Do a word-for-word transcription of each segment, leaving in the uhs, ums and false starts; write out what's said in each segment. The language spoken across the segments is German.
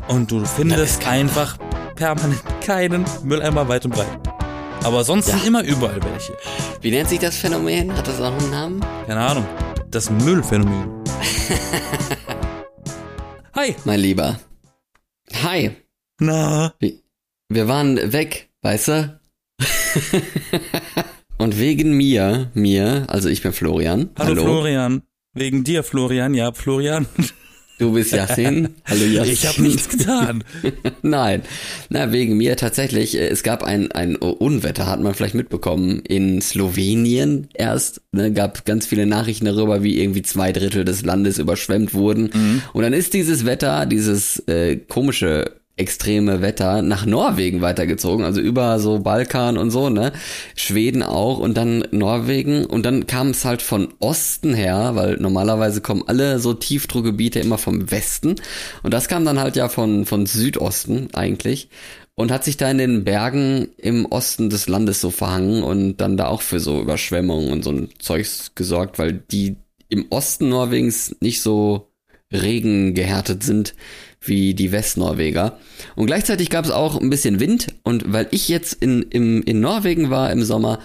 und du findest einfach permanent keinen Mülleimer weit und breit. Aber sonst ja. sind immer überall welche. Wie nennt sich das Phänomen? Hat das auch einen Namen? Keine Ahnung. Das Müllphänomen. Hi. Mein Lieber. Hi. Na? Wir waren weg, weißt du? Und wegen mir, mir, also ich bin Florian. Hallo, Hallo Florian. Wegen dir, Florian. Ja, Florian. Du bist Yassin. Hallo Yassin. Ich habe nichts getan. Nein, na wegen mir tatsächlich. Es gab ein ein Unwetter, hat man vielleicht mitbekommen, in Slowenien erst. Ne, gab ganz viele Nachrichten darüber, wie irgendwie zwei Drittel des Landes überschwemmt wurden. Mhm. Und dann ist dieses Wetter, dieses äh, komische extreme Wetter nach Norwegen weitergezogen, also über so Balkan und so, ne, Schweden auch und dann Norwegen und dann kam es halt von Osten her, weil normalerweise kommen alle so Tiefdruckgebiete immer vom Westen und das kam dann halt ja von von Südosten eigentlich und hat sich da in den Bergen im Osten des Landes so verhangen und dann da auch für so Überschwemmungen und so ein Zeugs gesorgt, weil die im Osten Norwegens nicht so regengehärtet sind wie die Westnorweger. Und gleichzeitig gab es auch ein bisschen Wind und weil ich jetzt in, im, in Norwegen war im Sommer,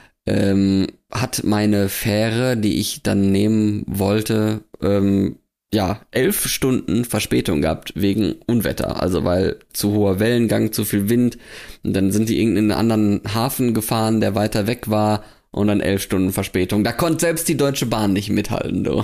ähm, hat meine Fähre, die ich dann nehmen wollte, ähm, ja, elf Stunden Verspätung gehabt wegen Unwetter. Also weil zu hoher Wellengang, zu viel Wind und dann sind die in einen anderen Hafen gefahren, der weiter weg war und dann elf Stunden Verspätung. Da konnte selbst die Deutsche Bahn nicht mithalten, du.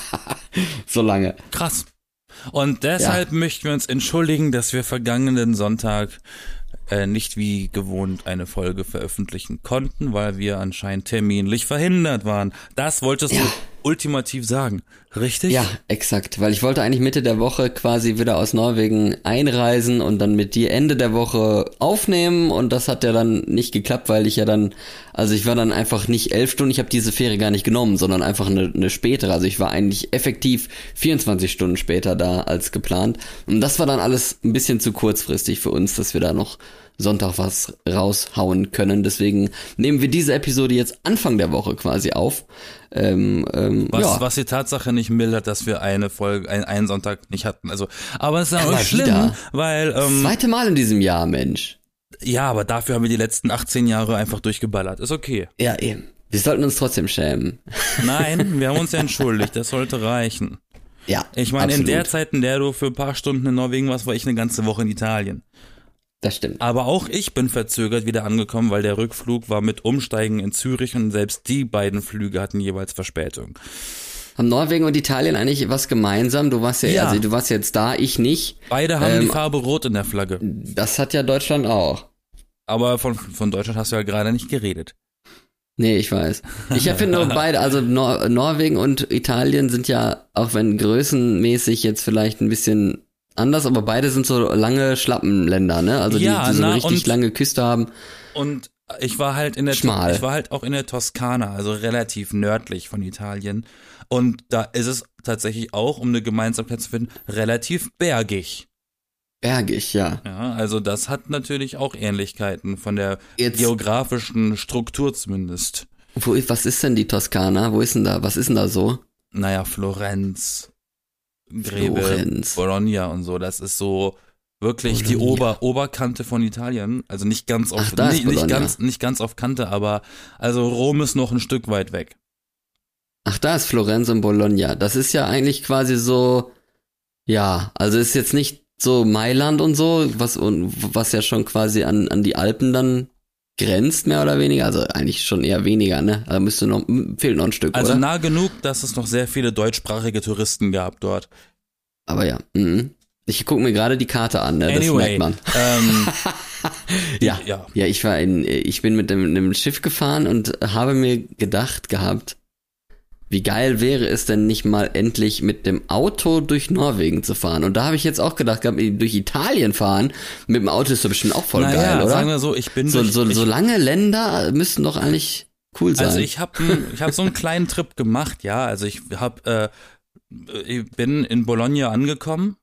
So lange. Krass. Und deshalb ja. möchten wir uns entschuldigen, dass wir vergangenen Sonntag äh, nicht wie gewohnt eine Folge veröffentlichen konnten, weil wir anscheinend terminlich verhindert waren. Das wolltest ja. du ultimativ sagen, richtig? Ja, exakt, weil ich wollte eigentlich Mitte der Woche quasi wieder aus Norwegen einreisen und dann mit dir Ende der Woche aufnehmen und das hat ja dann nicht geklappt, weil ich ja dann, also ich war dann einfach nicht elf Stunden, ich habe diese Fähre gar nicht genommen, sondern einfach eine, eine spätere, also ich war eigentlich effektiv vierundzwanzig Stunden später da als geplant und das war dann alles ein bisschen zu kurzfristig für uns, dass wir da noch Sonntag was raushauen können. Deswegen nehmen wir diese Episode jetzt Anfang der Woche quasi auf. Ähm, ähm, was, ja. was die Tatsache nicht mildert, dass wir eine Folge, ein, einen Sonntag nicht hatten. Also, aber es ist ja auch schlimm, wieder. weil ähm, zweite Mal in diesem Jahr, Mensch. Ja, aber dafür haben wir die letzten achtzehn Jahre einfach durchgeballert. Ist okay. Ja, eben. Wir sollten uns trotzdem schämen. Nein, wir haben uns ja entschuldigt. Das sollte reichen. Ja, Ich meine, absolut. in der Zeit, in der du für ein paar Stunden in Norwegen warst, war ich eine ganze Woche in Italien. Das stimmt. Aber auch ich bin verzögert wieder angekommen, weil der Rückflug war mit Umsteigen in Zürich und selbst die beiden Flüge hatten jeweils Verspätung. Haben Norwegen und Italien eigentlich was gemeinsam? Du warst ja, ja. also du warst jetzt da, ich nicht. Beide haben ähm, die Farbe Rot in der Flagge. Das hat ja Deutschland auch. Aber von, von Deutschland hast du ja gerade nicht geredet. Nee, ich weiß. Ich finde nur beide, also Nor- Norwegen und Italien sind ja, auch wenn größenmäßig jetzt vielleicht ein bisschen anders, aber beide sind so lange Schlappenländer, ne? Also ja, die, die so na, eine richtig und, lange Küste haben. Und ich war halt in der Schmal. ich war halt auch in der Toskana, also relativ nördlich von Italien. Und da ist es tatsächlich auch, um eine Gemeinsamkeit zu finden, relativ bergig. Bergig, ja. Ja, also das hat natürlich auch Ähnlichkeiten von der Jetzt, geografischen Struktur zumindest. Wo, was ist denn die Toskana? Wo ist denn da? Was ist denn da so? Naja, Florenz, Greve, Florenz. Bologna und so, das ist so wirklich Bologna. die Ober Oberkante von Italien, also nicht ganz auf Ach, da ist nicht, nicht Bologna. ganz nicht ganz auf Kante, aber also Rom ist noch ein Stück weit weg. Ach, da ist Florenz und Bologna. Das ist ja eigentlich quasi so, ja, also ist jetzt nicht so Mailand und so, was und was ja schon quasi an an die Alpen dann grenzt, mehr oder weniger, also eigentlich schon eher weniger, ne? Da müsste noch, fehlt noch ein Stück, Also oder? nah genug, dass es noch sehr viele deutschsprachige Touristen gab dort. Aber ja, mhm. Ich gucke mir gerade die Karte an, ne? Das Anyway, merkt man. Ähm, ja, ja. ja, ich war in, ich bin mit einem, einem Schiff gefahren und habe mir gedacht gehabt, wie geil wäre es denn nicht mal endlich mit dem Auto durch Norwegen zu fahren? Und da habe ich jetzt auch gedacht, gehabt, durch Italien fahren mit dem Auto ist doch bestimmt auch voll naja, geil, oder? Sagen wir so, ich bin so, durch, so, ich, so lange Länder müssten doch eigentlich cool sein. Also ich habe ich hab so einen kleinen Trip gemacht, ja. Also ich hab, äh, ich bin in Bologna angekommen,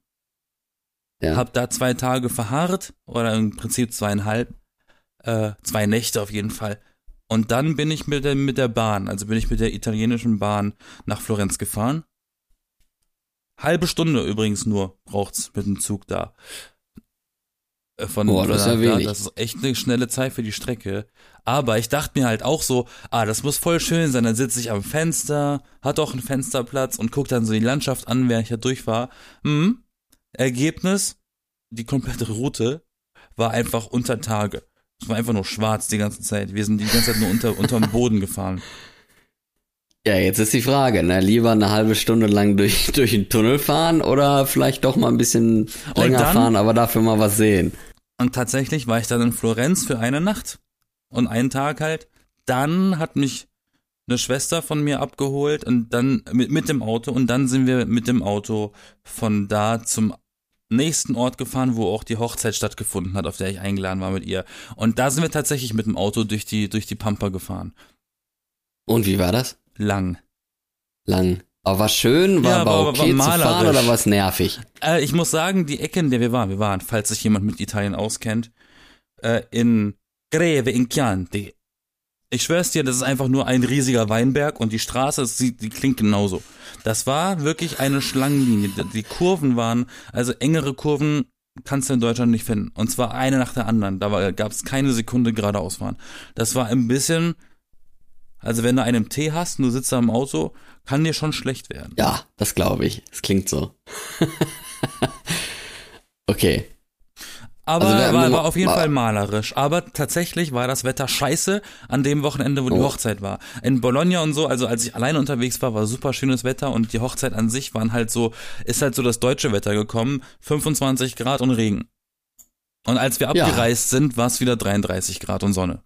ja. hab da zwei Tage verharrt oder im Prinzip zweieinhalb, äh, zwei Nächte auf jeden Fall. Und dann bin ich mit der, mit der Bahn, also bin ich mit der italienischen Bahn nach Florenz gefahren. Halbe Stunde übrigens nur braucht's mit dem Zug da. Von, Boah, das ist ja wenig. Das ist echt eine schnelle Zeit für die Strecke. Aber ich dachte mir halt auch so, ah, das muss voll schön sein. Dann sitze ich am Fenster, hat auch einen Fensterplatz und guck dann so die Landschaft an, während ich da durchfahre. Hm, Ergebnis, die komplette Route war einfach unter Tage. Es war einfach nur schwarz die ganze Zeit. Wir sind die ganze Zeit nur unter unterm Boden gefahren. Ja, jetzt ist die Frage, ne? Lieber eine halbe Stunde lang durch, durch den Tunnel fahren oder vielleicht doch mal ein bisschen länger dann, fahren, aber dafür mal was sehen. Und tatsächlich war ich dann in Florenz für eine Nacht und einen Tag halt. Dann hat mich eine Schwester von mir abgeholt und dann mit, mit dem Auto und dann sind wir mit dem Auto von da zum nächsten Ort gefahren, wo auch die Hochzeit stattgefunden hat, auf der ich eingeladen war mit ihr. Und da sind wir tatsächlich mit dem Auto durch die, durch die Pampa gefahren. Und wie war das? Lang. Lang. Aber war schön, war, ja, war okay war zu fahren oder war es nervig? Äh, ich muss sagen, die Ecke, in der wir waren, wir waren, falls sich jemand mit Italien auskennt, äh, in Greve in Chianti. Ich schwör's dir, das ist einfach nur ein riesiger Weinberg und die Straße, die, die klingt genauso. Das war wirklich eine Schlangenlinie. Die Kurven waren, also engere Kurven kannst du in Deutschland nicht finden. Und zwar eine nach der anderen. Da gab es keine Sekunde geradeaus fahren. Das war ein bisschen... Also wenn du einen Tee hast und du sitzt da im Auto, kann dir schon schlecht werden. Ja, das glaube ich. Das klingt so. Okay. Aber also war, war auf jeden war, Fall malerisch. Aber tatsächlich war das Wetter scheiße an dem Wochenende, wo oh. die Hochzeit war. In Bologna und so, also als ich alleine unterwegs war, war super schönes Wetter und die Hochzeit an sich waren halt so, ist halt so das deutsche Wetter gekommen, fünfundzwanzig Grad und Regen. Und als wir abgereist ja. sind, war es wieder dreiunddreißig Grad und Sonne.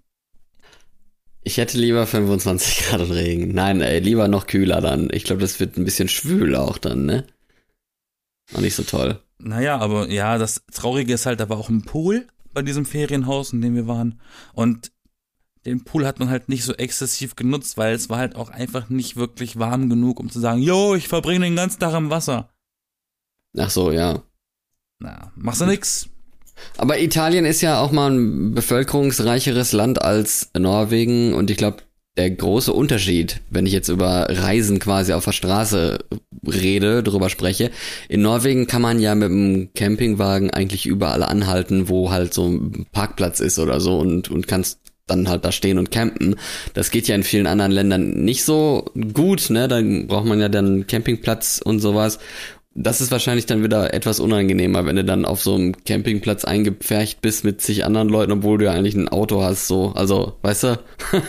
Ich hätte lieber fünfundzwanzig Grad und Regen. Nein, ey, lieber noch kühler dann. Ich glaube, das wird ein bisschen schwül auch dann, ne? Auch nicht so toll. Naja, aber ja, das Traurige ist halt, da war auch ein Pool bei diesem Ferienhaus, in dem wir waren. Und den Pool hat man halt nicht so exzessiv genutzt, weil es war halt auch einfach nicht wirklich warm genug, um zu sagen, yo, ich verbringe den ganzen Tag im Wasser. Ach so, ja. Na, machst du nix. Aber Italien ist ja auch mal ein bevölkerungsreicheres Land als Norwegen und ich glaube, der große Unterschied, wenn ich jetzt über Reisen quasi auf der Straße rede, drüber spreche, in Norwegen kann man ja mit dem Campingwagen eigentlich überall anhalten, wo halt so ein Parkplatz ist oder so und, und kannst dann halt da stehen und campen. Das geht ja in vielen anderen Ländern nicht so gut, ne? Da braucht man ja dann einen Campingplatz und sowas. Das ist wahrscheinlich dann wieder etwas unangenehmer, wenn du dann auf so einem Campingplatz eingepfercht bist mit zig anderen Leuten, obwohl du ja eigentlich ein Auto hast, so, also, weißt du,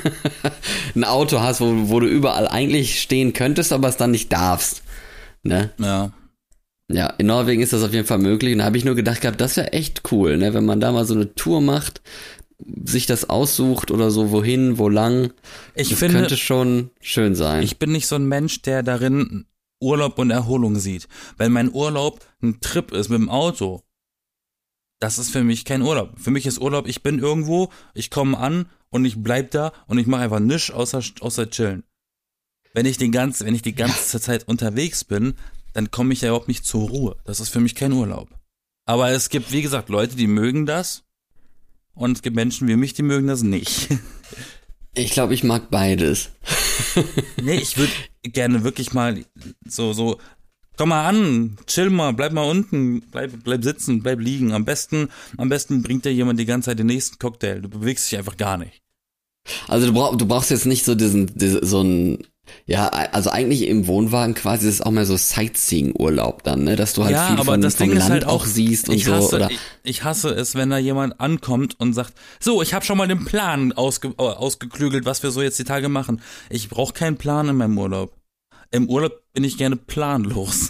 ein Auto hast, wo, wo du überall eigentlich stehen könntest, aber es dann nicht darfst, ne? Ja. Ja, in Norwegen ist das auf jeden Fall möglich und da habe ich nur gedacht gehabt, das wäre echt cool, ne, wenn man da mal so eine Tour macht, sich das aussucht oder so, wohin, wo lang, ich das finde, könnte schon schön sein. Ich bin nicht so ein Mensch, der darin Urlaub und Erholung sieht. Wenn mein Urlaub ein Trip ist mit dem Auto, das ist für mich kein Urlaub. Für mich ist Urlaub, ich bin irgendwo, ich komme an und ich bleib da und ich mache einfach nichts außer, außer chillen. Wenn ich, den ganz, wenn ich die ganze Zeit unterwegs bin, dann komme ich ja überhaupt nicht zur Ruhe. Das ist für mich kein Urlaub. Aber es gibt, wie gesagt, Leute, die mögen das und es gibt Menschen wie mich, die mögen das nicht. Ich glaube, ich mag beides. Nee, ich würde gerne wirklich mal so, so, komm mal an, chill mal, bleib mal unten, bleib, bleib sitzen, bleib liegen. Am besten, am besten bringt dir jemand die ganze Zeit den nächsten Cocktail. Du bewegst dich einfach gar nicht. Also du, brauch, du brauchst jetzt nicht so diesen, diesen so ein, ja, also eigentlich im Wohnwagen quasi ist es auch mehr so Sightseeing-Urlaub dann, ne, dass du halt ja, viel aber von, das vom Ding Land ist halt auch siehst und ich so. Hasse, oder ich, ich hasse es, wenn da jemand ankommt und sagt, so, ich habe schon mal den Plan ausge, ausgeklügelt, was wir so jetzt die Tage machen. Ich brauche keinen Plan in meinem Urlaub. Im Urlaub bin ich gerne planlos.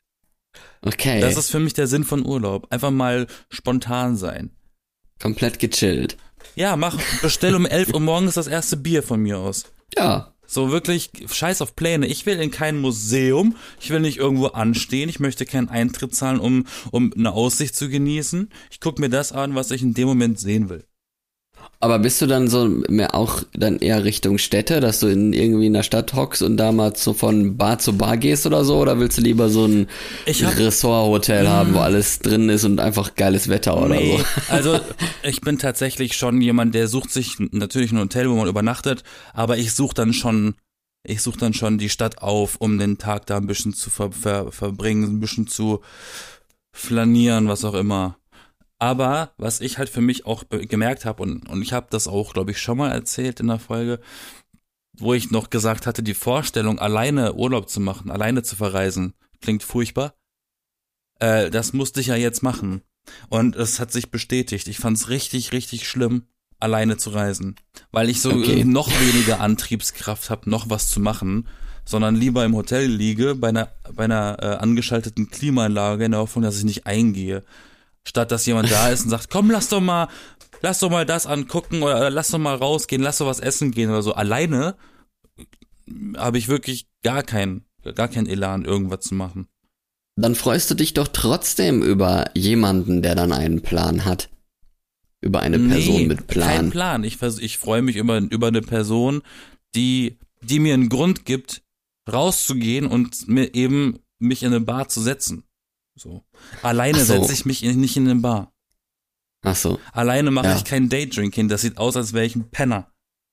Okay. Das ist für mich der Sinn von Urlaub. Einfach mal spontan sein. Komplett gechillt. Ja, mach, bestell um elf Uhr morgens das erste Bier von mir aus. Ja. So wirklich, scheiß auf Pläne. Ich will in kein Museum, ich will nicht irgendwo anstehen, ich möchte keinen Eintritt zahlen, um, um eine Aussicht zu genießen. Ich guck mir das an, was ich in dem Moment sehen will. Aber bist du dann so mehr auch dann eher Richtung Städte, dass du in irgendwie in der Stadt hockst und da mal so von Bar zu Bar gehst oder so? Oder willst du lieber so ein hab, Resort-Hotel haben, wo alles drin ist und einfach geiles Wetter oder nee, so? Also ich bin tatsächlich schon jemand, der sucht sich natürlich ein Hotel, wo man übernachtet, aber ich suche dann schon Ich suche dann schon die Stadt auf, um den Tag da ein bisschen zu ver- ver- verbringen, ein bisschen zu flanieren, was auch immer. Aber was ich halt für mich auch be- gemerkt habe, und, und ich habe das auch, glaube ich, schon mal erzählt in der Folge, wo ich noch gesagt hatte, die Vorstellung, alleine Urlaub zu machen, alleine zu verreisen, klingt furchtbar. Äh, das musste ich ja jetzt machen. Und es hat sich bestätigt. Ich fand es richtig, richtig schlimm, alleine zu reisen. Weil ich so Okay. noch weniger Antriebskraft habe, noch was zu machen, sondern lieber im Hotel liege, bei einer, bei einer äh, angeschalteten Klimaanlage in der Hoffnung, dass ich nicht eingehe. Statt dass jemand da ist und sagt, komm, lass doch mal, lass doch mal das angucken oder, oder lass doch mal rausgehen, lass doch was essen gehen oder so. Alleine habe ich wirklich gar keinen, gar keinen Elan, irgendwas zu machen. Dann freust du dich doch trotzdem über jemanden, der dann einen Plan hat. Über eine Person Nee, mit Plan. kein Plan. Ich, vers- ich freue mich über, über eine Person, die, die mir einen Grund gibt, rauszugehen und mir eben mich in eine Bar zu setzen. So. Alleine Ach so. setze ich mich in, nicht in eine Bar. Ach so. Alleine mache Ja. ich kein Daydrinking. Das sieht aus, als wäre ich ein Penner.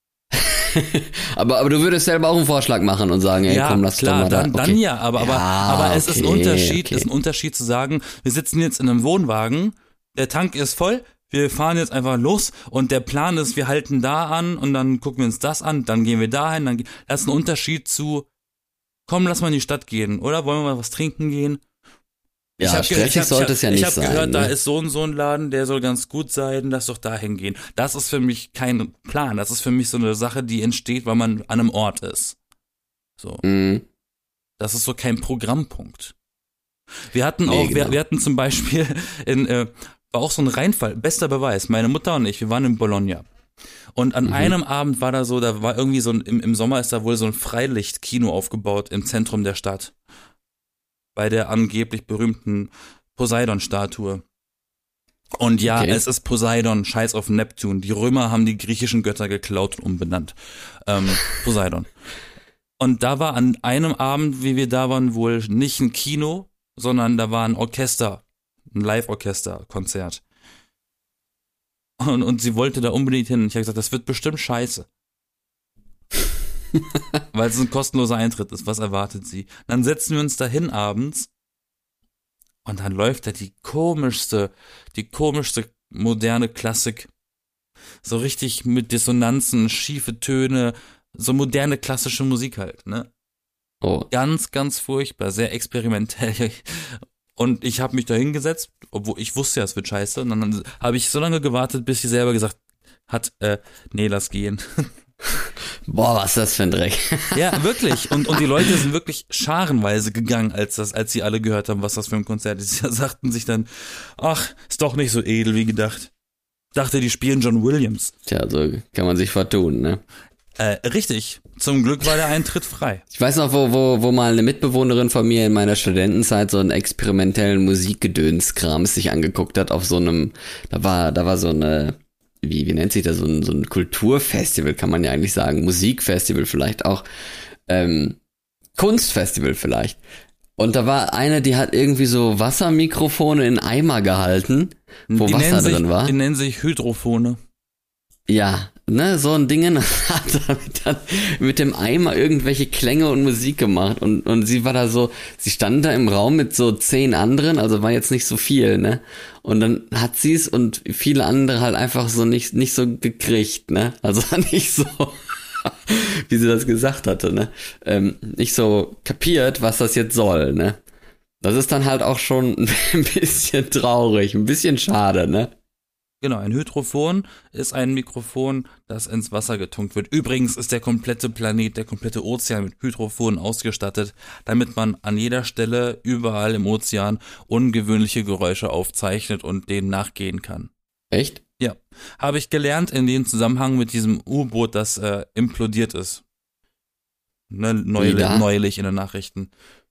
aber, aber du würdest selber auch einen Vorschlag machen und sagen, ey, ja, komm, lass klar, doch mal da. dann, Okay. dann ja, aber, aber, Ja, aber es ist ein okay, Unterschied, okay. ist ein Unterschied zu sagen, wir sitzen jetzt in einem Wohnwagen, der Tank ist voll, wir fahren jetzt einfach los und der Plan ist, wir halten da an und dann gucken wir uns das an, dann gehen wir dahin, dann, ge- das ist ein Unterschied zu, komm, lass mal in die Stadt gehen, oder wollen wir mal was trinken gehen? Ja, hab ge- stressig hab- sollte ich es ja hab, nicht ich hab sein. gehört, da ne? ist so und so ein Laden, der soll ganz gut sein, lass doch da hingehen. Das ist für mich kein Plan, das ist für mich so eine Sache, die entsteht, weil man an einem Ort ist. So. Mhm. Das ist so kein Programmpunkt. Wir hatten Nee, auch, genau. wir, wir hatten zum Beispiel in, äh, war auch so ein Reinfall, bester Beweis, meine Mutter und ich, wir waren in Bologna. Und an Mhm. einem Abend war da so, da war irgendwie so ein, im, im Sommer ist da wohl so ein Freilichtkino aufgebaut im Zentrum der Stadt. Bei der angeblich berühmten Poseidon-Statue. Und ja, Okay. es ist Poseidon, scheiß auf Neptun. Die Römer haben die griechischen Götter geklaut und umbenannt. Ähm, Poseidon. Und da war an einem Abend, wie wir da waren, wohl nicht ein Kino, sondern da war ein Orchester, ein Live-Orchester-Konzert. Und, und sie wollte da unbedingt hin. Und ich habe gesagt, das wird bestimmt scheiße. Weil es ein kostenloser Eintritt ist. Was erwartet sie? Dann setzen wir uns da hin abends und dann läuft da die komischste, die komischste moderne Klassik. So richtig mit Dissonanzen, schiefe Töne, so moderne klassische Musik halt, ne? Oh. Ganz, ganz furchtbar, sehr experimentell. Und ich habe mich da hingesetzt, obwohl ich wusste ja, es wird scheiße. Und dann habe ich so lange gewartet, bis sie selber gesagt hat, äh, nee, lass gehen. Boah, was ist das für ein Dreck. Ja, wirklich. Und, und die Leute sind wirklich scharenweise gegangen, als das, als sie alle gehört haben, was das für ein Konzert ist. Sie sagten sich dann, ach, ist doch nicht so edel wie gedacht. Dachte, die spielen John Williams. Tja, so kann man sich vertun, ne? Äh, richtig. Zum Glück war der Eintritt frei. Ich weiß noch, wo, wo, wo mal eine Mitbewohnerin von mir in meiner Studentenzeit so einen experimentellen Musikgedönskram sich angeguckt hat auf so einem, da war, da war so eine, wie, wie nennt sich das, so ein, so ein Kulturfestival, kann man ja eigentlich sagen, Musikfestival vielleicht auch, ähm, Kunstfestival vielleicht. Und da war eine, die hat irgendwie so Wassermikrofone in Eimer gehalten, wo die Wasser nennen sich, drin war. Die nennen sich Hydrophone. Ja, ne, so ein Ding hat damit dann mit dem Eimer irgendwelche Klänge und Musik gemacht und, und sie war da so, sie stand da im Raum mit so zehn anderen, also war jetzt nicht so viel, ne, und dann hat sie es und viele andere halt einfach so nicht, nicht so gekriegt, ne, also nicht so, wie sie das gesagt hatte, ne, ähm, nicht so kapiert, was das jetzt soll, ne. Das ist dann halt auch schon ein bisschen traurig, ein bisschen schade, ne. Genau, ein Hydrophon ist ein Mikrofon, das ins Wasser getunkt wird. Übrigens ist der komplette Planet, der komplette Ozean mit Hydrophonen ausgestattet, damit man an jeder Stelle überall im Ozean ungewöhnliche Geräusche aufzeichnet und denen nachgehen kann. Echt? Ja, habe ich gelernt in dem Zusammenhang mit diesem U-Boot, das äh, implodiert ist. Ne, neulich, da? neulich in den Nachrichten.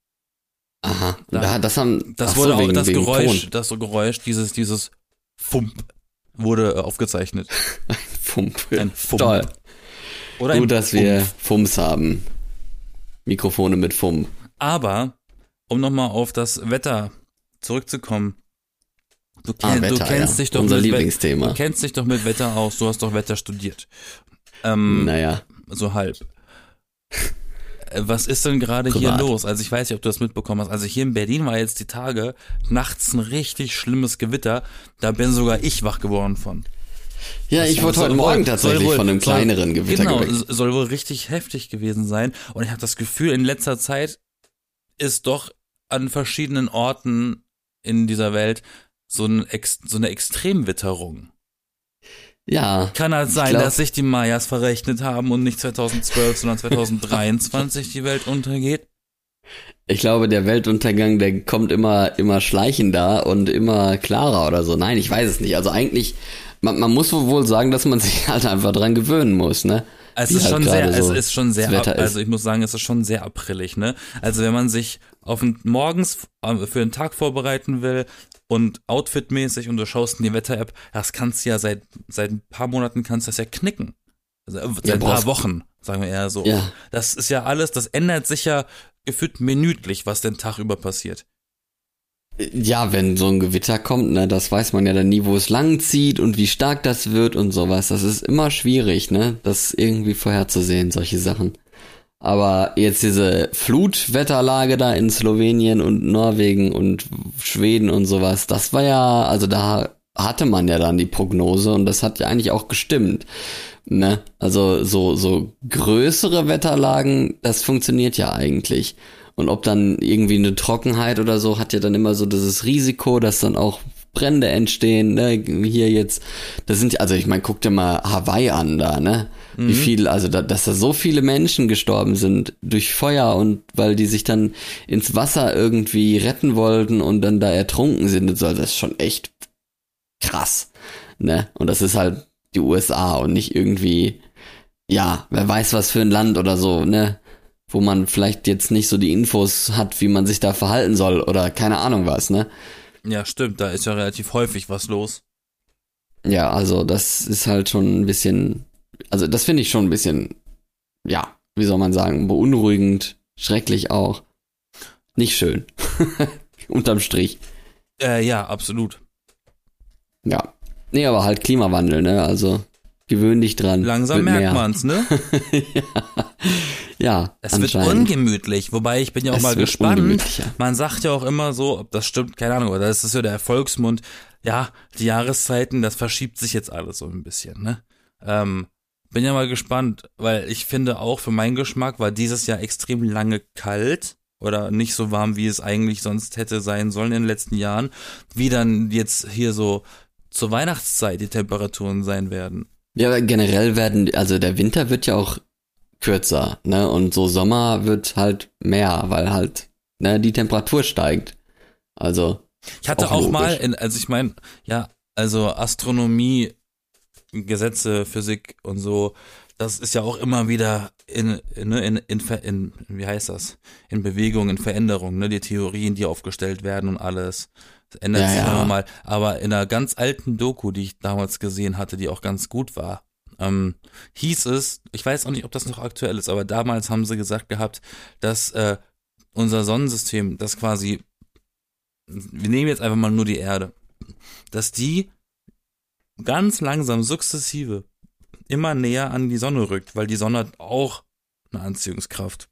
Aha, Da- da, das haben, Das ach wurde so, auch, wegen, das wegen Geräusch, Ton. das so Geräusch, dieses, dieses Fump wurde äh, aufgezeichnet. Fump. Ein Fump. Toll. Oder ein Gut, dass wir Fump. Fums haben. Mikrofone mit Fum. Aber, um nochmal auf das Wetter zurückzukommen, du, Ah, kenn, Wetter, du kennst ja. dich doch Unser mit Lieblingsthema. Du kennst dich doch mit Wetter aus, du hast doch Wetter studiert. Ähm, Naja. so halb. Was ist denn gerade hier Privat. los? Also ich weiß nicht, ob du das mitbekommen hast. Also hier in Berlin war jetzt die Tage nachts ein richtig schlimmes Gewitter. Da bin sogar ich wach geworden von. Ja, Das ich soll- wurde heute soll Morgen wohl- tatsächlich soll wohl- von einem soll- kleineren Gewitter Genau, geweckt. soll wohl richtig heftig gewesen sein. Und ich habe das Gefühl, in letzter Zeit ist doch an verschiedenen Orten in dieser Welt so, ein Ex- so eine Extremwitterung. Ja. Kann halt ich sein, glaub- dass sich die Mayas verrechnet haben und nicht zweitausendzwölf, sondern zweitausenddreiundzwanzig die Welt untergeht? Ich glaube, der Weltuntergang, der kommt immer, immer schleichender und immer klarer oder so. Nein, ich weiß es nicht. Also eigentlich, man, man muss wohl sagen, dass man sich halt einfach dran gewöhnen muss, ne? Es Wie ist halt schon sehr, gerade es so ist schon sehr, das Wetter ab, also ich muss sagen, es ist schon sehr aprillig, ne? Also wenn man sich auf ein, morgens äh, für einen Tag vorbereiten will und outfitmäßig und du schaust in die Wetter-App, das kannst du ja seit, seit ein paar Monaten kannst du das ja knicken. Also, äh, seit Ja, ein paar brauchst- Wochen, sagen wir eher so. Ja. Das ist ja alles, das ändert sich ja gefühlt minütlich, was den Tag über passiert. Ja, wenn so ein Gewitter kommt, ne, das weiß man ja dann nie, wo es lang zieht und wie stark das wird und sowas. Das ist immer schwierig, ne, das irgendwie vorherzusehen, solche Sachen. Aber jetzt diese Flutwetterlage da in Slowenien und Norwegen und Schweden und sowas, das war ja, also da hatte man ja dann die Prognose und das hat ja eigentlich auch gestimmt. Ne? Also so, so größere Wetterlagen, das funktioniert ja eigentlich. Und ob dann irgendwie eine Trockenheit oder so, hat ja dann immer so dieses Risiko, dass dann auch Brände entstehen, ne? Hier jetzt, das sind, also ich meine, guck dir mal Hawaii an da, ne? Mhm. Wie viel, also da, dass da so viele Menschen gestorben sind durch Feuer und weil die sich dann ins Wasser irgendwie retten wollten und dann da ertrunken sind und so, das ist schon echt krass, ne? Und das ist halt die U S A und nicht irgendwie, ja, wer weiß was für ein Land oder so, ne? Wo man vielleicht jetzt nicht so die Infos hat, wie man sich da verhalten soll oder keine Ahnung was, ne? Ja, stimmt, da ist ja relativ häufig was los. Ja, also das ist halt schon ein bisschen, also das finde ich schon ein bisschen, ja, wie soll man sagen, beunruhigend, schrecklich auch. Nicht schön. Unterm Strich. Äh, ja, absolut. Ja. Nee, aber halt Klimawandel, ne? Also gewöhn dich dran. Langsam Wird merkt mehr. man's, ne? ja. Ja, Es wird anscheinend. ungemütlich, wobei ich bin ja auch Es mal wird gespannt. ungemütlicher. Man sagt ja auch immer so, ob das stimmt, keine Ahnung, oder das ist so der Erfolgsmund. Ja, die Jahreszeiten, das verschiebt sich jetzt alles so ein bisschen, ne? Ähm, bin ja mal gespannt, weil ich finde auch für meinen Geschmack war dieses Jahr extrem lange kalt oder nicht so warm, wie es eigentlich sonst hätte sein sollen in den letzten Jahren, wie dann jetzt hier so zur Weihnachtszeit die Temperaturen sein werden. Ja, aber generell werden, also der Winter wird ja auch kürzer, ne? Und so Sommer wird halt mehr, weil halt, ne, die Temperatur steigt. Also. Ich hatte auch auch mal, logisch. in, also ich meine, ja, also Astronomie, Gesetze, Physik und so, das ist ja auch immer wieder in, in, in, in, in, wie heißt das, in Bewegung, in Veränderung, ne, die Theorien, die aufgestellt werden und alles. Das ändert Ja, sich ja. immer mal. Aber in einer ganz alten Doku, die ich damals gesehen hatte, die auch ganz gut war, ähm, hieß es, ich weiß auch nicht, ob das noch aktuell ist, aber damals haben sie gesagt gehabt, dass äh, unser Sonnensystem, das quasi, wir nehmen jetzt einfach mal nur die Erde, dass die ganz langsam, sukzessive immer näher an die Sonne rückt, weil die Sonne hat auch eine Anziehungskraft.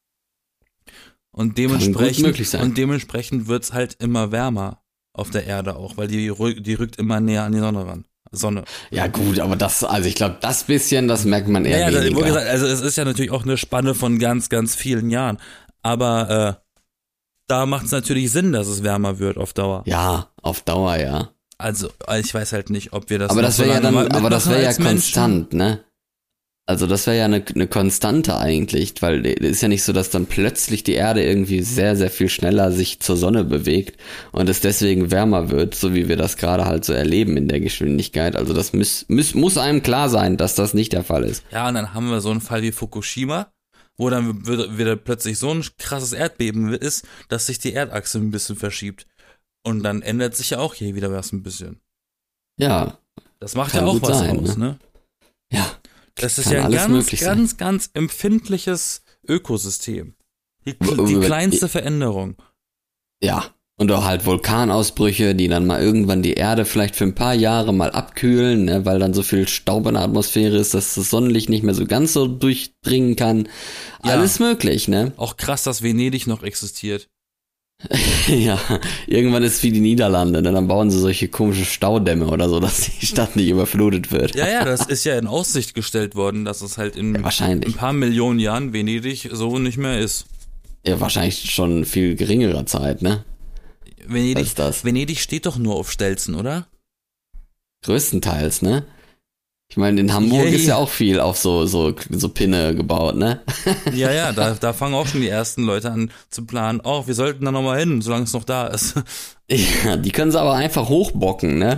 Und dementsprechend, möglich sein. und dementsprechend wird's halt immer wärmer auf der Erde auch, weil die, rü- die rückt immer näher an die Sonne ran. Sonne. Ja gut, aber das, also ich glaube, das bisschen, das merkt man eher Ja, ja, weniger. wie gesagt, also es ist ja natürlich auch eine Spanne von ganz, ganz vielen Jahren. Aber äh, da macht es natürlich Sinn, dass es wärmer wird auf Dauer. Ja, auf Dauer, ja. Also, ich weiß halt nicht, ob wir das Aber noch das so wäre ja lange dann, mal aber das mitmachen wäre ja als Menschen. konstant, ne? Also das wäre ja eine, eine Konstante eigentlich, weil es ist ja nicht so, dass dann plötzlich die Erde irgendwie sehr, sehr viel schneller sich zur Sonne bewegt und es deswegen wärmer wird, so wie wir das gerade halt so erleben in der Geschwindigkeit. Also das muss, muss, muss einem klar sein, dass das nicht der Fall ist. Ja, und dann haben wir so einen Fall wie Fukushima, wo dann wieder, wieder plötzlich so ein krasses Erdbeben ist, dass sich die Erdachse ein bisschen verschiebt. Und dann ändert sich ja auch hier wieder was ein bisschen. Ja. Das macht Kann ja auch gut was sein, aus, ne? ne? Ja. Das ist Kann ja ein alles ganz, möglich sein. ganz, ganz empfindliches Ökosystem. Die, W- die w- kleinste Veränderung. Ja. Und auch halt Vulkanausbrüche, die dann mal irgendwann die Erde vielleicht für ein paar Jahre mal abkühlen, ne, weil dann so viel Staub in der Atmosphäre ist, dass das Sonnenlicht nicht mehr so ganz so durchdringen kann. Ja. Alles möglich, ne? Auch krass, dass Venedig noch existiert. Ja, irgendwann ist es wie die Niederlande, ne? Dann bauen sie solche komischen Staudämme oder so, dass die Stadt nicht überflutet wird. Ja, ja, das ist ja in Aussicht gestellt worden, dass es halt in ja, wahrscheinlich. ein paar Millionen Jahren Venedig so nicht mehr ist. Ja, wahrscheinlich schon viel geringerer Zeit, ne? Venedig, das? Venedig steht doch nur auf Stelzen, oder? Größtenteils, ne? Ich meine, in Hamburg yeah, ist ja auch viel auf so so so Pinne gebaut, ne? Ja, ja, da, da fangen auch schon die ersten Leute an zu planen. Oh, wir sollten da nochmal hin, solange es noch da ist. Ja, die können sie aber einfach hochbocken, ne?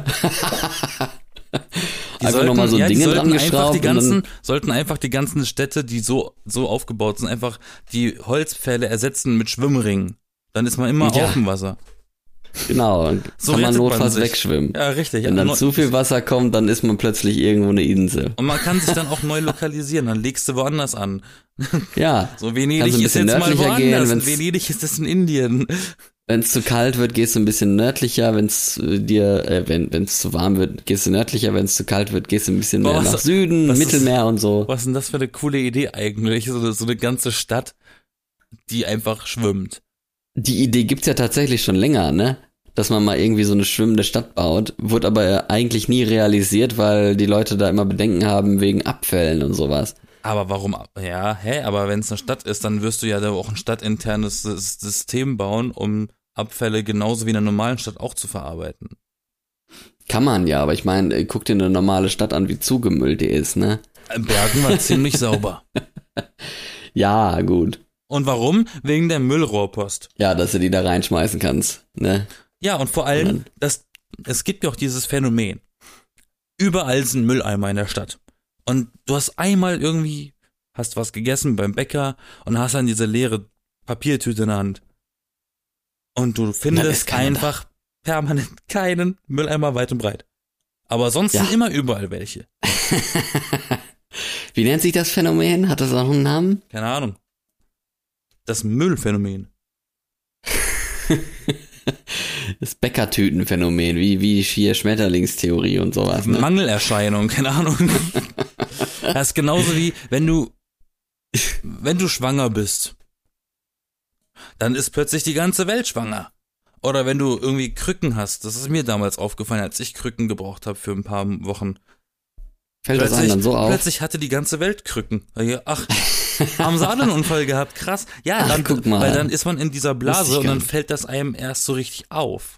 Die einfach nochmal so ja, Dinge dran geschraubt. Die ganzen, sollten einfach die ganzen Städte, die so so aufgebaut sind, einfach die Holzpfähle ersetzen mit Schwimmringen. Dann ist man immer ja. auf dem Wasser. Genau, und so kann man notfalls man wegschwimmen. Ja, richtig. Wenn ja, dann zu viel Wasser kommt, dann ist man plötzlich irgendwo eine Insel. Und man kann sich dann auch neu lokalisieren, dann legst du woanders an. Ja. So Venedig ist jetzt mal woanders, gehen, Venedig ist das in Indien. Wenn es zu kalt wird, gehst du ein bisschen nördlicher, wenn es dir, äh, wenn wenn es zu warm wird, gehst du nördlicher, wenn es zu kalt wird, gehst du ein bisschen Boah, mehr nach Süden, Mittelmeer ist, und so. Was ist denn das für eine coole Idee eigentlich? So, so eine ganze Stadt, die einfach schwimmt. Die Idee gibt's ja tatsächlich schon länger, ne? Dass man mal irgendwie so eine schwimmende Stadt baut, wurde aber eigentlich nie realisiert, weil die Leute da immer Bedenken haben wegen Abfällen und sowas. Aber warum, ja, hä, aber wenn es eine Stadt ist, dann wirst du ja da auch ein stadtinternes System bauen, um Abfälle genauso wie in einer normalen Stadt auch zu verarbeiten. Kann man ja, aber ich meine, guck dir eine normale Stadt an, wie zugemüllt die ist, ne? Bergen war ziemlich sauber. Ja, gut. Und warum? Wegen der Müllrohrpost. Ja, dass du die da reinschmeißen kannst, ne? Ja, und vor allem, das, es gibt ja auch dieses Phänomen. Überall sind Mülleimer in der Stadt. Und du hast einmal irgendwie, hast was gegessen beim Bäcker und hast dann diese leere Papiertüte in der Hand. Und du findest einfach da. permanent keinen Mülleimer weit und breit. Aber sonst ja. sind immer überall welche. Wie nennt sich das Phänomen? Hat das auch einen Namen? Keine Ahnung. Das Müllphänomen. Das Bäckertütenphänomen, wie, wie hier Schmetterlingstheorie und sowas. Ne? Mangelerscheinung, keine Ahnung. Das ist genauso wie, wenn du, wenn du schwanger bist, dann ist plötzlich die ganze Welt schwanger. Oder wenn du irgendwie Krücken hast, das ist mir damals aufgefallen, als ich Krücken gebraucht habe für ein paar Wochen. Fällt das einem dann so auf? Plötzlich hatte die ganze Welt Krücken. Ach, haben sie alle einen Unfall gehabt? Krass. Ja, Ach, dann, guck mal. Weil dann ist man in dieser Blase und dann fällt das einem erst so richtig auf.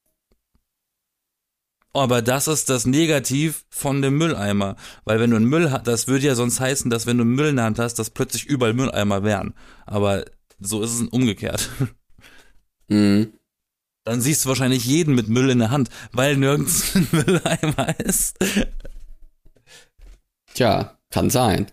Aber das ist das Negativ von dem Mülleimer. Weil wenn du einen Müll hast, das würde ja sonst heißen, dass wenn du Müll in der Hand hast, dass plötzlich überall Mülleimer wären. Aber so ist es umgekehrt. Mhm. Dann siehst du wahrscheinlich jeden mit Müll in der Hand, weil nirgends ein Mülleimer ist. Tja, kann sein.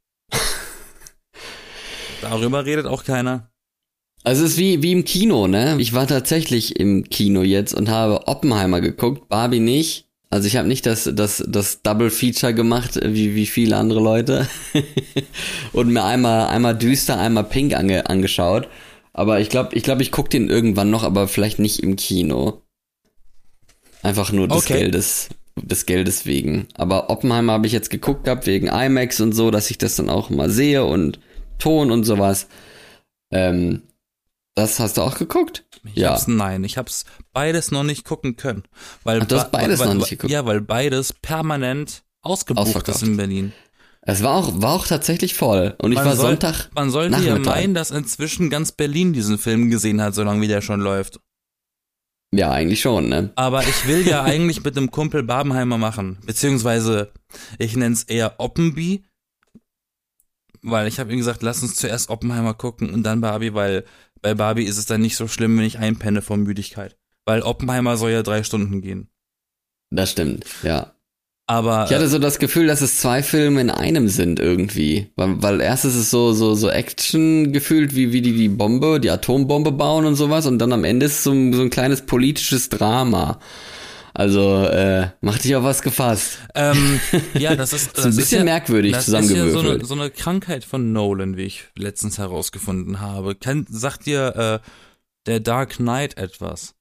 Darüber redet auch keiner. Also es ist wie, wie im Kino, ne? Ich war tatsächlich im Kino jetzt und habe Oppenheimer geguckt, Barbie nicht. Also ich habe nicht das, das, das Double Feature gemacht, wie, wie viele andere Leute. Und mir einmal, einmal düster, einmal pink ange, angeschaut. Aber ich glaube, ich glaube, ich gucke den irgendwann noch, aber vielleicht nicht im Kino. Einfach nur des okay. Geldes, des Geldes wegen. Aber Oppenheimer habe ich jetzt geguckt gehabt wegen IMAX und so, dass ich das dann auch mal sehe und Ton und sowas. Ähm, das hast du auch geguckt? Ich ja. hab's, nein, ich hab's beides noch nicht gucken können. Weil Ach, du hast beides weil, noch nicht geguckt? Ja, weil beides permanent ausgebucht Ausverkauft. ist in Berlin. Es war auch, war auch tatsächlich voll. Und ich man war soll, Sonntag Man sollte ja meinen, dass inzwischen ganz Berlin diesen Film gesehen hat, solange wie der schon läuft. Ja, eigentlich schon, ne? Aber ich will ja eigentlich mit dem Kumpel Barbenheimer machen. Beziehungsweise, ich nenn's eher Oppenbi. Weil ich habe ihm gesagt, lass uns zuerst Oppenheimer gucken und dann Barbie, weil bei Barbie ist es dann nicht so schlimm, wenn ich einpenne vor Müdigkeit. Weil Oppenheimer soll ja drei Stunden gehen. Das stimmt, ja. Aber ich hatte so das Gefühl, dass es zwei Filme in einem sind irgendwie. Weil, weil erst ist es so, so, so Action gefühlt, wie, wie die die Bombe, die Atombombe bauen und sowas. Und dann am Ende ist es so, so ein kleines politisches Drama. Also, äh, mach dich auf was gefasst. Ähm, ja, das ist, das ist ein bisschen ist ja, merkwürdig das zusammengewürfelt. Das ist ja so eine, so eine Krankheit von Nolan, wie ich letztens herausgefunden habe. Kennt, sagt dir äh, der Dark Knight etwas?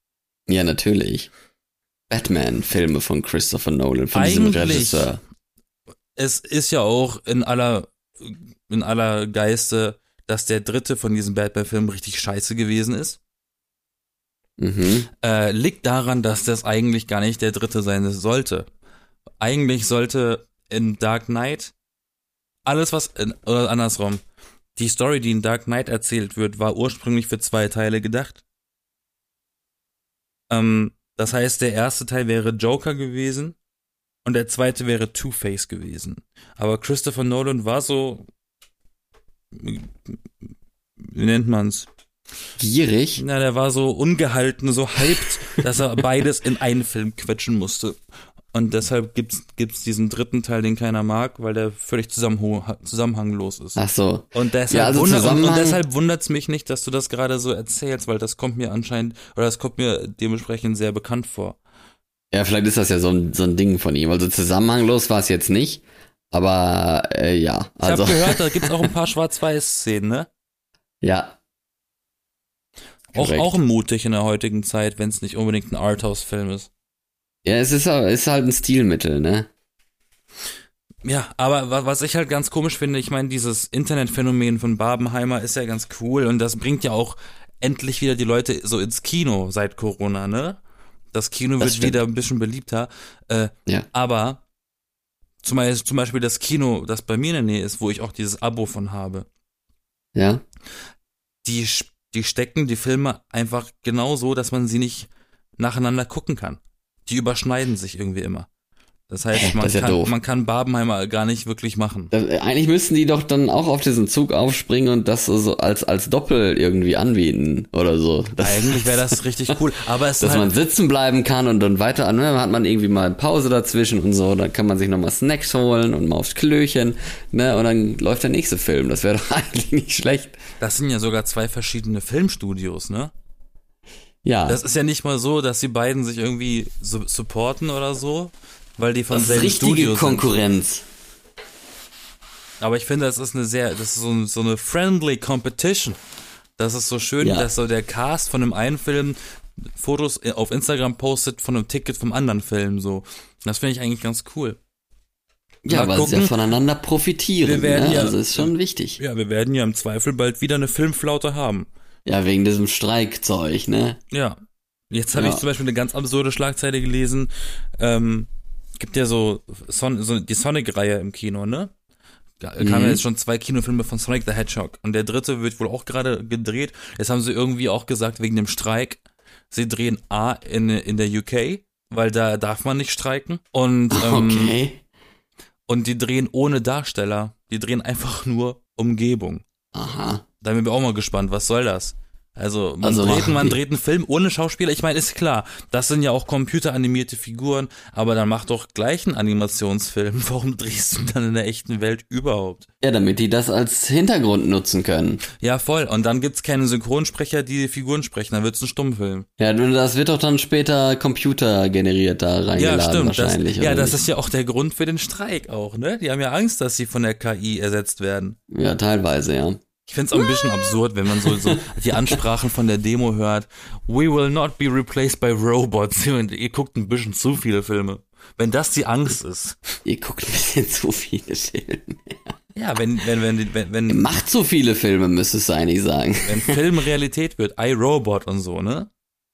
Ja, natürlich. Batman-Filme von Christopher Nolan, von diesem Regisseur. Es ist ja auch in aller, in aller Geiste, dass der dritte von diesen Batman-Filmen richtig scheiße gewesen ist. Mhm. Äh, liegt daran, dass das eigentlich gar nicht der dritte sein sollte. Eigentlich sollte in Dark Knight alles, was, in, oder andersrum, die Story, die in Dark Knight erzählt wird, war ursprünglich für zwei Teile gedacht. Ähm, das heißt, der erste Teil wäre Joker gewesen und der zweite wäre Two-Face gewesen. Aber Christopher Nolan war so, wie nennt man's? Gierig? Na, der war so ungehalten, so hyped, dass er beides in einen Film quetschen musste. Und deshalb gibt's, gibt's diesen dritten Teil, den keiner mag, weil der völlig zusammenhanglos ist. Ach so. Und deshalb, ja, also wunder, und, und deshalb wundert's mich nicht, dass du das gerade so erzählst, weil das kommt mir anscheinend, oder das kommt mir dementsprechend sehr bekannt vor. Ja, vielleicht ist das ja so ein, so ein Ding von ihm. Also zusammenhanglos war es jetzt nicht, aber äh, ja. Also. Ich habe gehört, da gibt's auch ein paar Schwarz-Weiß-Szenen, ne? Ja. Auch, auch mutig in der heutigen Zeit, wenn es nicht unbedingt ein Arthouse-Film ist. Ja, es ist, ist halt ein Stilmittel, ne? Ja, aber was ich halt ganz komisch finde, ich meine, dieses Internetphänomen von Barbenheimer ist ja ganz cool und das bringt ja auch endlich wieder die Leute so ins Kino seit Corona, ne? Das Kino das wird stimmt. wieder ein bisschen beliebter. Äh, ja. Aber zum Beispiel, zum Beispiel das Kino, das bei mir in der Nähe ist, wo ich auch dieses Abo von habe. Ja. Die, die stecken die Filme einfach genau so, dass man sie nicht nacheinander gucken kann. Die überschneiden sich irgendwie immer. Das heißt, man, das ja kann, man kann Barbenheimer gar nicht wirklich machen. Das, eigentlich müssten die doch dann auch auf diesen Zug aufspringen und das so als als Doppel irgendwie anbieten oder so. Das, eigentlich wäre das richtig cool. Aber es dass halt man sitzen bleiben kann und dann weiter, ne, hat man irgendwie mal Pause dazwischen und so, dann kann man sich nochmal Snacks holen und mal aufs Klöchen, ne, und dann läuft der nächste Film. Das wäre doch eigentlich nicht schlecht. Das sind ja sogar zwei verschiedene Filmstudios, ne? Ja. Das ist ja nicht mal so, dass die beiden sich irgendwie so supporten oder so, weil die von selben Studio sind. Das ist richtige Konkurrenz. Aber ich finde, das ist eine sehr, das ist so, so eine friendly Competition. Das ist so schön, ja. dass so der Cast von dem einen Film Fotos auf Instagram postet von einem Ticket vom anderen Film, so. Das finde ich eigentlich ganz cool. Ja, weil sie ja voneinander profitieren, wir werden ne? ja, Also ist schon wichtig. Ja, wir werden ja im Zweifel bald wieder eine Filmflaute haben. Ja, wegen diesem Streikzeug, ne? Ja. Jetzt habe ja. ich zum Beispiel eine ganz absurde Schlagzeile gelesen. Ähm, gibt ja so, Son- so die Sonic-Reihe im Kino, ne? Da mhm. kamen jetzt schon zwei Kinofilme von Sonic the Hedgehog. Und der dritte wird wohl auch gerade gedreht. Jetzt haben sie irgendwie auch gesagt, wegen dem Streik, sie drehen A in, in der U K, weil da darf man nicht streiken. Und, ähm, okay. Und die drehen ohne Darsteller. Die drehen einfach nur Umgebung. Aha. Da bin ich auch mal gespannt, was soll das? Also man, also, dreht, man dreht einen Film ohne Schauspieler, ich meine, ist klar, das sind ja auch computeranimierte Figuren, aber dann mach doch gleich einen Animationsfilm. Warum drehst du dann in der echten Welt überhaupt? Ja, damit die das als Hintergrund nutzen können. Ja, voll. Und dann gibt's keine Synchronsprecher, die die Figuren sprechen, dann wird's ein Stummfilm. Ja, das wird doch dann später computergeneriert da reingeladen, ja, stimmt, wahrscheinlich. Das, ja, das nicht? ist ja auch der Grund für den Streik auch, ne? Die haben ja Angst, dass sie von der K I ersetzt werden. Ja, teilweise, ja. Ich find's auch ein bisschen absurd, wenn man so, so die Ansprachen von der Demo hört. We will not be replaced by robots. Und ihr guckt ein bisschen zu viele Filme. Wenn das die Angst ist. Ihr guckt ein bisschen zu viele Filme. Ja, wenn, wenn, wenn, wenn, wenn. Ihr macht so viele Filme, müsste es eigentlich sagen. Wenn Film Realität wird, iRobot und so, ne?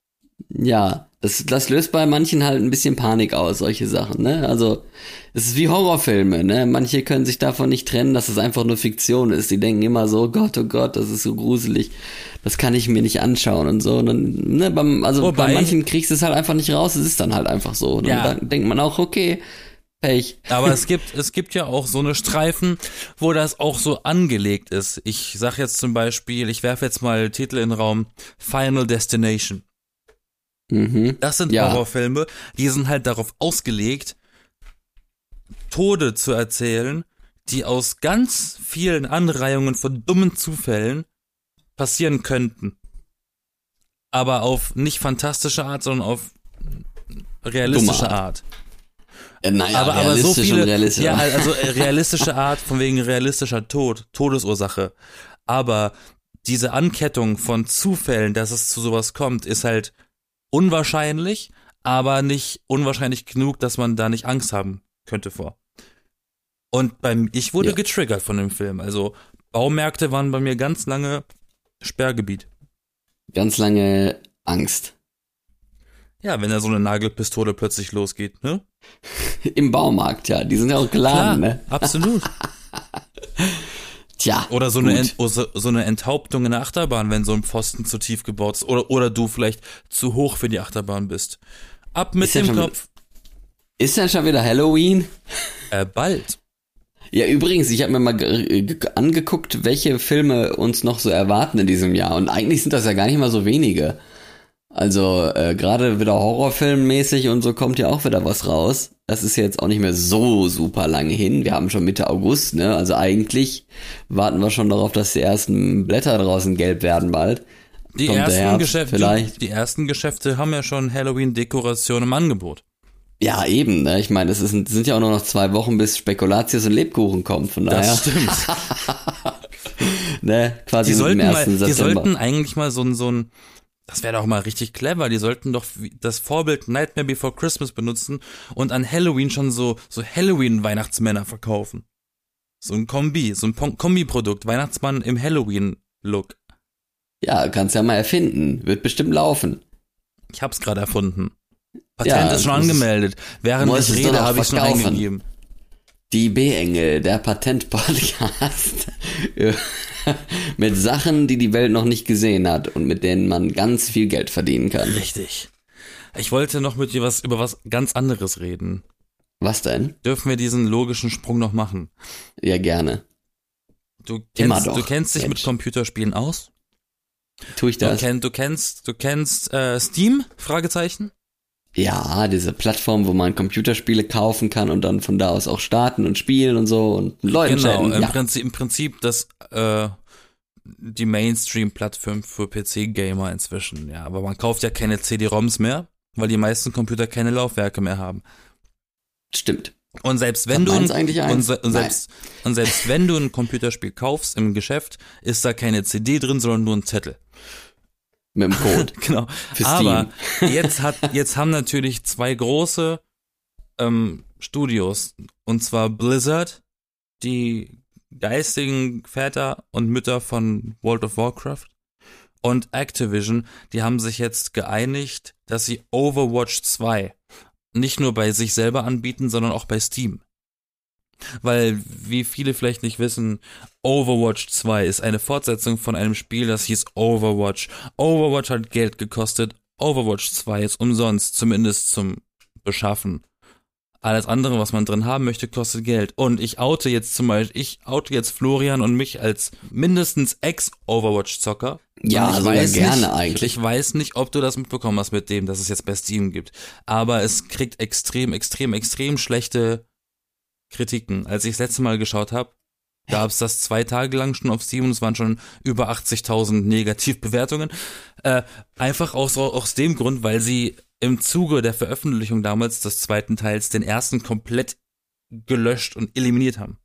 Ja, das, das löst bei manchen halt ein bisschen Panik aus, solche Sachen, ne? Also, es ist wie Horrorfilme, ne? Manche können sich davon nicht trennen, dass es einfach nur Fiktion ist. Die denken immer so, Gott, oh Gott, das ist so gruselig. Das kann ich mir nicht anschauen und so. Und dann, ne, beim, also Wobei, bei manchen kriegst du es halt einfach nicht raus. Es ist dann halt einfach so. Und ja. dann denkt man auch, okay, Pech. Aber es gibt, es gibt ja auch so eine Streifen, wo das auch so angelegt ist. Ich sag jetzt zum Beispiel, ich werfe jetzt mal Titel in den Raum, Final Destination. Mhm. Das sind ja. Horrorfilme, die sind halt darauf ausgelegt, Tode zu erzählen, die aus ganz vielen Anreihungen von dummen Zufällen passieren könnten. Aber auf nicht fantastische Art, sondern auf realistische Art. Ja, naja, aber, aber so viele, realistisch. Ja, also realistische Art, von wegen realistischer Tod, Todesursache. Aber diese Ankettung von Zufällen, dass es zu sowas kommt, ist halt unwahrscheinlich, aber nicht unwahrscheinlich genug, dass man da nicht Angst haben könnte vor. Und beim, ich wurde ja. getriggert von dem Film. Also Baumärkte waren bei mir ganz lange Sperrgebiet. Ganz lange Angst. Ja, wenn da so eine Nagelpistole plötzlich losgeht, ne? Im Baumarkt, ja. Die sind ja auch geladen, Klar, ne? Absolut. Tja. Oder so eine, Ent, so, so eine Enthauptung in der Achterbahn, wenn so ein Pfosten zu tief gebaut ist. Oder, oder du vielleicht zu hoch für die Achterbahn bist. Ab mit dem Kopf. Ist denn schon wieder Halloween? Äh, bald. Ja, übrigens, ich habe mir mal g- g- angeguckt, welche Filme uns noch so erwarten in diesem Jahr. Und eigentlich sind das ja gar nicht mal so wenige. Also äh, gerade wieder Horrorfilmmäßig und so kommt ja auch wieder was raus. Das ist jetzt auch nicht mehr so super lange hin. Wir haben schon Mitte August, ne? Also eigentlich warten wir schon darauf, dass die ersten Blätter draußen gelb werden bald. Die kommt ersten Geschäfte, vielleicht. Die ersten Geschäfte haben ja schon Halloween-Dekoration im Angebot. Ja, eben, ne? Ich meine, es ist, sind ja auch nur noch zwei Wochen, bis Spekulatius und Lebkuchen kommen, von daher. Das stimmt. ne? Quasi die sollten im ersten mal, die September. sollten eigentlich mal so ein, so ein, das wäre doch mal richtig clever, die sollten doch das Vorbild Nightmare Before Christmas benutzen und an Halloween schon so, so Halloween-Weihnachtsmänner verkaufen. So ein Kombi, so ein Kombi-Produkt, Weihnachtsmann im Halloween-Look. Ja, kannst ja mal erfinden, wird bestimmt laufen. Ich hab's gerade erfunden. Patent ja, ist schon angemeldet. Während ich rede, habe ich schon eingegeben. Die B-Engel, der Patent-Podcast mit Sachen, die die Welt noch nicht gesehen hat und mit denen man ganz viel Geld verdienen kann. Richtig. Ich wollte noch mit dir was über was ganz anderes reden. Was denn? Dürfen wir diesen logischen Sprung noch machen? Ja, gerne. Du Immer kennst, doch, du kennst dich Mensch. mit Computerspielen aus? Tu ich das? Du, kenn, du kennst, du kennst äh, Steam? Fragezeichen? Ja, diese Plattform, wo man Computerspiele kaufen kann und dann von da aus auch starten und spielen und so und Leute Genau, chatten. im, Ja. Prinzip, im Prinzip das äh, die Mainstream-Plattform für P C-Gamer inzwischen. Ja, aber man kauft ja keine C D-ROMs mehr, weil die meisten Computer keine Laufwerke mehr haben. Stimmt. Und selbst wenn Hat du meins eigentlich und, eins? se- und selbst und selbst wenn du ein Computerspiel kaufst im Geschäft, ist da keine C D drin, sondern nur ein Zettel. Mit dem Code. Genau. Für Aber jetzt hat jetzt haben natürlich zwei große ähm, Studios, und zwar Blizzard, die geistigen Väter und Mütter von World of Warcraft, und Activision, die haben sich jetzt geeinigt, dass sie Overwatch zwei nicht nur bei sich selber anbieten, sondern auch bei Steam. Weil, wie viele vielleicht nicht wissen, Overwatch zwei ist eine Fortsetzung von einem Spiel, das hieß Overwatch. Overwatch hat Geld gekostet, Overwatch zwei ist umsonst, zumindest zum Beschaffen. Alles andere, was man drin haben möchte, kostet Geld. Und ich oute jetzt zum Beispiel, ich oute jetzt Florian und mich als mindestens Ex-Overwatch-Zocker. Ja, Und ich sogar weiß gerne nicht, eigentlich. Ich weiß nicht, ob du das mitbekommen hast mit dem, dass es jetzt bei Steam gibt. Aber es kriegt extrem, extrem, extrem schlechte Kritiken. Als ich das letzte Mal geschaut habe, gab es das zwei Tage lang schon auf Steam und es waren schon über achtzigtausend Negativbewertungen. Äh, einfach aus, aus dem Grund, weil sie im Zuge der Veröffentlichung damals des zweiten Teils den ersten komplett gelöscht und eliminiert haben.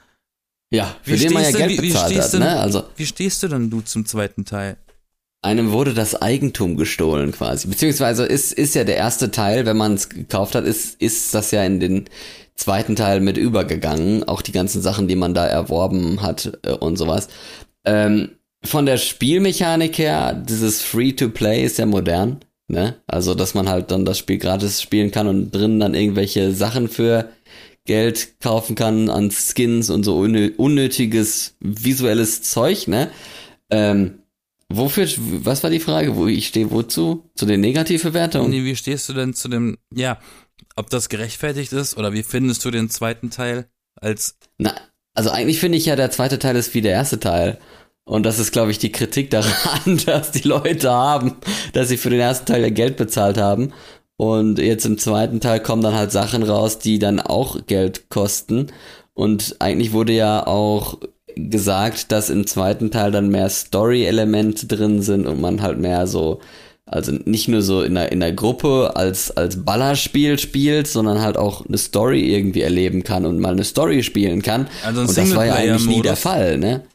Ja, für Wie den man ja stehst Geld denn- wie- wie bezahlt stehst hat, denn- ne? Also Wie stehst du denn du zum zweiten Teil? einem wurde das Eigentum gestohlen quasi. Beziehungsweise ist, ist ja der erste Teil, wenn man es gekauft hat, ist, ist das ja in den zweiten Teil mit übergegangen. Auch die ganzen Sachen, die man da erworben hat äh, und sowas. Ähm, von der Spielmechanik her, dieses Free-to-Play ist ja modern, ne? Also, dass man halt dann das Spiel gratis spielen kann und drinnen dann irgendwelche Sachen für Geld kaufen kann an Skins und so unnö- unnötiges visuelles Zeug, ne? Ähm, wofür, was war die Frage? Wo ich stehe, wozu? Zu den Negativbewertungen? Nee, wie stehst du denn zu dem, ja, ob das gerechtfertigt ist oder wie findest du den zweiten Teil als, Na, also eigentlich finde ich ja, der zweite Teil ist wie der erste Teil. Und das ist, glaube ich, die Kritik daran, dass die Leute haben, dass sie für den ersten Teil ja Geld bezahlt haben. Und jetzt im zweiten Teil kommen dann halt Sachen raus, die dann auch Geld kosten. Und eigentlich wurde ja auch gesagt, dass im zweiten Teil dann mehr Story-Elemente drin sind und man halt mehr so, also nicht nur so in der, in der Gruppe als, als Ballerspiel spielt, sondern halt auch eine Story irgendwie erleben kann und mal eine Story spielen kann. Also ein und das war ja eigentlich nie Singleplayer-Modus. der Fall, ne?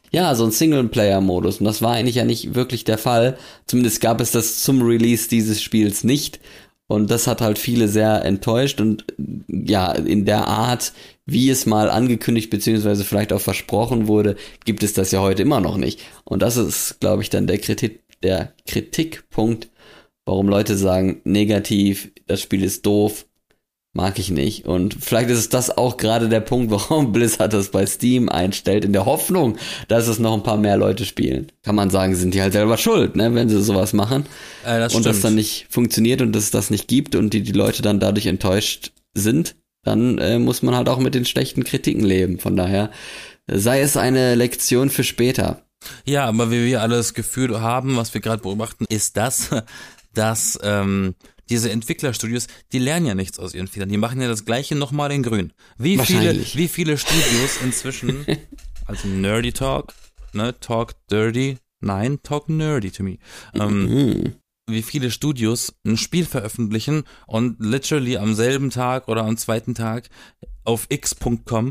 Ja, so ein Singleplayer-Modus. Und das war eigentlich ja nicht wirklich der Fall. Zumindest gab es das zum Release dieses Spiels nicht. Und das hat halt viele sehr enttäuscht. Und ja, in der Art, wie es mal angekündigt beziehungsweise vielleicht auch versprochen wurde, gibt es das ja heute immer noch nicht. Und das ist, glaube ich, dann der Kritik, der Kritikpunkt, warum Leute sagen, negativ, das Spiel ist doof. Mag ich nicht. Und vielleicht ist das auch gerade der Punkt, warum Blizzard das bei Steam einstellt, in der Hoffnung, dass es noch ein paar mehr Leute spielen. Kann man sagen, sind die halt selber schuld, ne, wenn sie sowas machen. Äh, das und stimmt. das dann nicht funktioniert und es das nicht gibt und die, die Leute dann dadurch enttäuscht sind, dann äh, muss man halt auch mit den schlechten Kritiken leben. Von daher sei es eine Lektion für später. Ja, aber wie wir alle das Gefühl haben, was wir gerade beobachten, ist das, dass ähm, diese Entwicklerstudios, die lernen ja nichts aus ihren Fehlern. Die machen ja das Gleiche nochmal in grün. Wie viele, wie viele Studios inzwischen, also Nerdy Talk, ne, Talk Dirty, nein, Talk Nerdy to me. Ähm, Mhm. wie viele Studios ein Spiel veröffentlichen und literally am selben Tag oder am zweiten Tag auf x Punkt com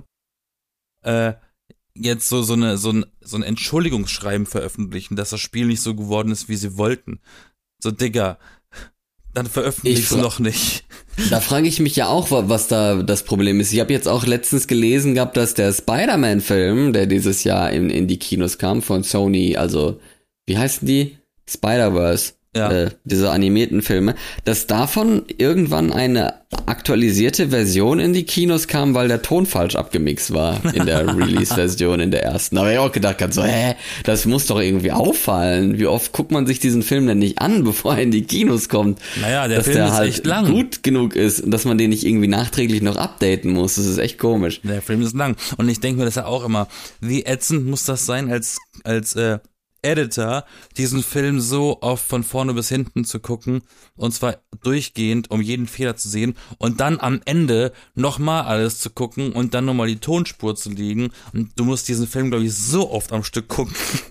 äh, jetzt so so eine so ein so ein Entschuldigungsschreiben veröffentlichen, dass das Spiel nicht so geworden ist, wie sie wollten. So, Digga, dann veröffentlich's fra- noch nicht. Da frage ich mich ja auch, wa- was da das Problem ist. Ich habe jetzt auch letztens gelesen gehabt, dass der Spider-Man-Film, der dieses Jahr in, in die Kinos kam, von Sony, also, wie heißen die? Spider-Verse. Ja. Äh, diese animierten Filme, dass davon irgendwann eine aktualisierte Version in die Kinos kam, weil der Ton falsch abgemixt war in der Release-Version, in der ersten. Da habe ich auch gedacht, so, hä, das muss doch irgendwie auffallen. Wie oft guckt man sich diesen Film denn nicht an, bevor er in die Kinos kommt? Naja, der dass Film der ist halt echt lang. gut genug ist und dass man den nicht irgendwie nachträglich noch updaten muss. Das ist echt komisch. Der Film ist lang. Und ich denke mir das ja auch immer, wie ätzend muss das sein, als als äh, Editor, diesen Film so oft von vorne bis hinten zu gucken, und zwar durchgehend, um jeden Fehler zu sehen, und dann am Ende nochmal alles zu gucken und dann nochmal die Tonspur zu legen. Und du musst diesen Film, glaube ich, so oft am Stück gucken.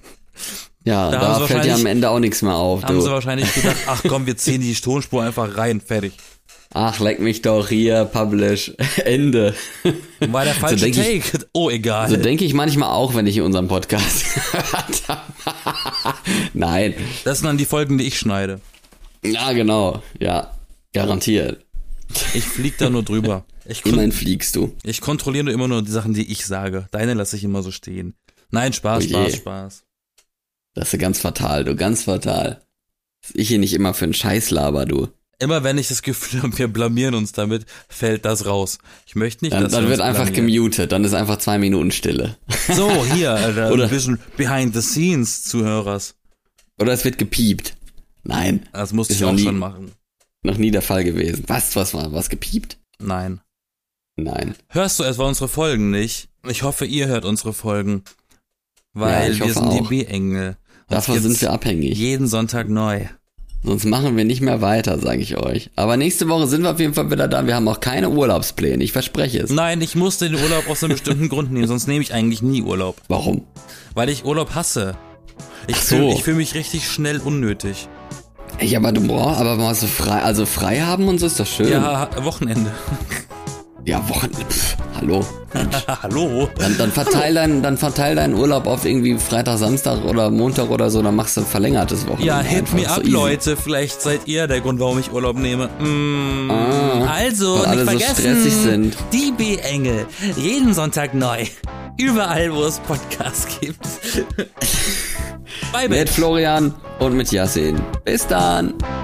Ja, Da da, haben sie fällt ja am wahrscheinlich- Ende auch nichts mehr auf. Haben Du. sie wahrscheinlich gedacht, ach komm, wir ziehen die Tonspur einfach rein, fertig. Ach, leck mich doch hier, Publish, Ende. War der falsche denk ich- Take? Oh, egal. So denke ich manchmal auch, wenn ich unseren Podcast gehört habe. Nein. Das sind dann die Folgen, die ich schneide. Ja, genau. Ja, garantiert. Ich flieg da nur drüber. Ich, kon Immerhin fliegst du. ich kontrolliere immer nur die Sachen, die ich sage. Deine lasse ich immer so stehen. Nein, Spaß, Oh je. Spaß, Spaß. Das ist ganz fatal, du, ganz fatal. Dass ich hier nicht immer für einen Scheiß laber, du. Immer wenn ich das Gefühl habe, wir blamieren uns damit, fällt das raus. Ich möchte nicht, Dann, dass dann wir wird uns einfach blamieren. gemutet, dann ist einfach zwei Minuten Stille. So, hier, Alter, Oder- ein bisschen behind the scenes, Zuhörers. Oder es wird gepiept. Nein, Das musste Ist ich noch auch nie- schon machen. noch nie der Fall gewesen. Was, was war, was gepiept? Nein. Nein. Hörst du etwa unsere Folgen nicht? Ich hoffe, ihr hört unsere Folgen. Ja, Weil ich wir hoffe sind die auch. B-Engel. Uns Davon gibt's sind wir abhängig. jeden Sonntag neu. Sonst machen wir nicht mehr weiter, sage ich euch. Aber nächste Woche sind wir auf jeden Fall wieder da. Wir haben auch keine Urlaubspläne, ich verspreche es. Nein, ich musste den Urlaub aus einem bestimmten Grund nehmen, sonst nehme ich eigentlich nie Urlaub. Warum? Weil ich Urlaub hasse. Ich Ach so. fühle ich fühl mich richtig schnell unnötig. Ey, aber du brauchst aber mal so frei, also frei haben und so ist doch schön. Ja, Wochenende. Ja, Wochen. Pff, hallo. Hallo? Dann, dann verteil deinen, dann verteil deinen Urlaub auf irgendwie Freitag, Samstag oder Montag oder so, dann machst du ein verlängertes Wochenende. Ja, hit einfach. me So up, easy. Leute. Vielleicht seid ihr der Grund, warum ich Urlaub nehme. Mm, Ah, also, weil alle nicht so vergessen, stressig sind. die B-Engel. Jeden Sonntag neu. Überall, wo es Podcasts gibt. Bye, bye. Mit Florian und mit Yasin. Bis dann.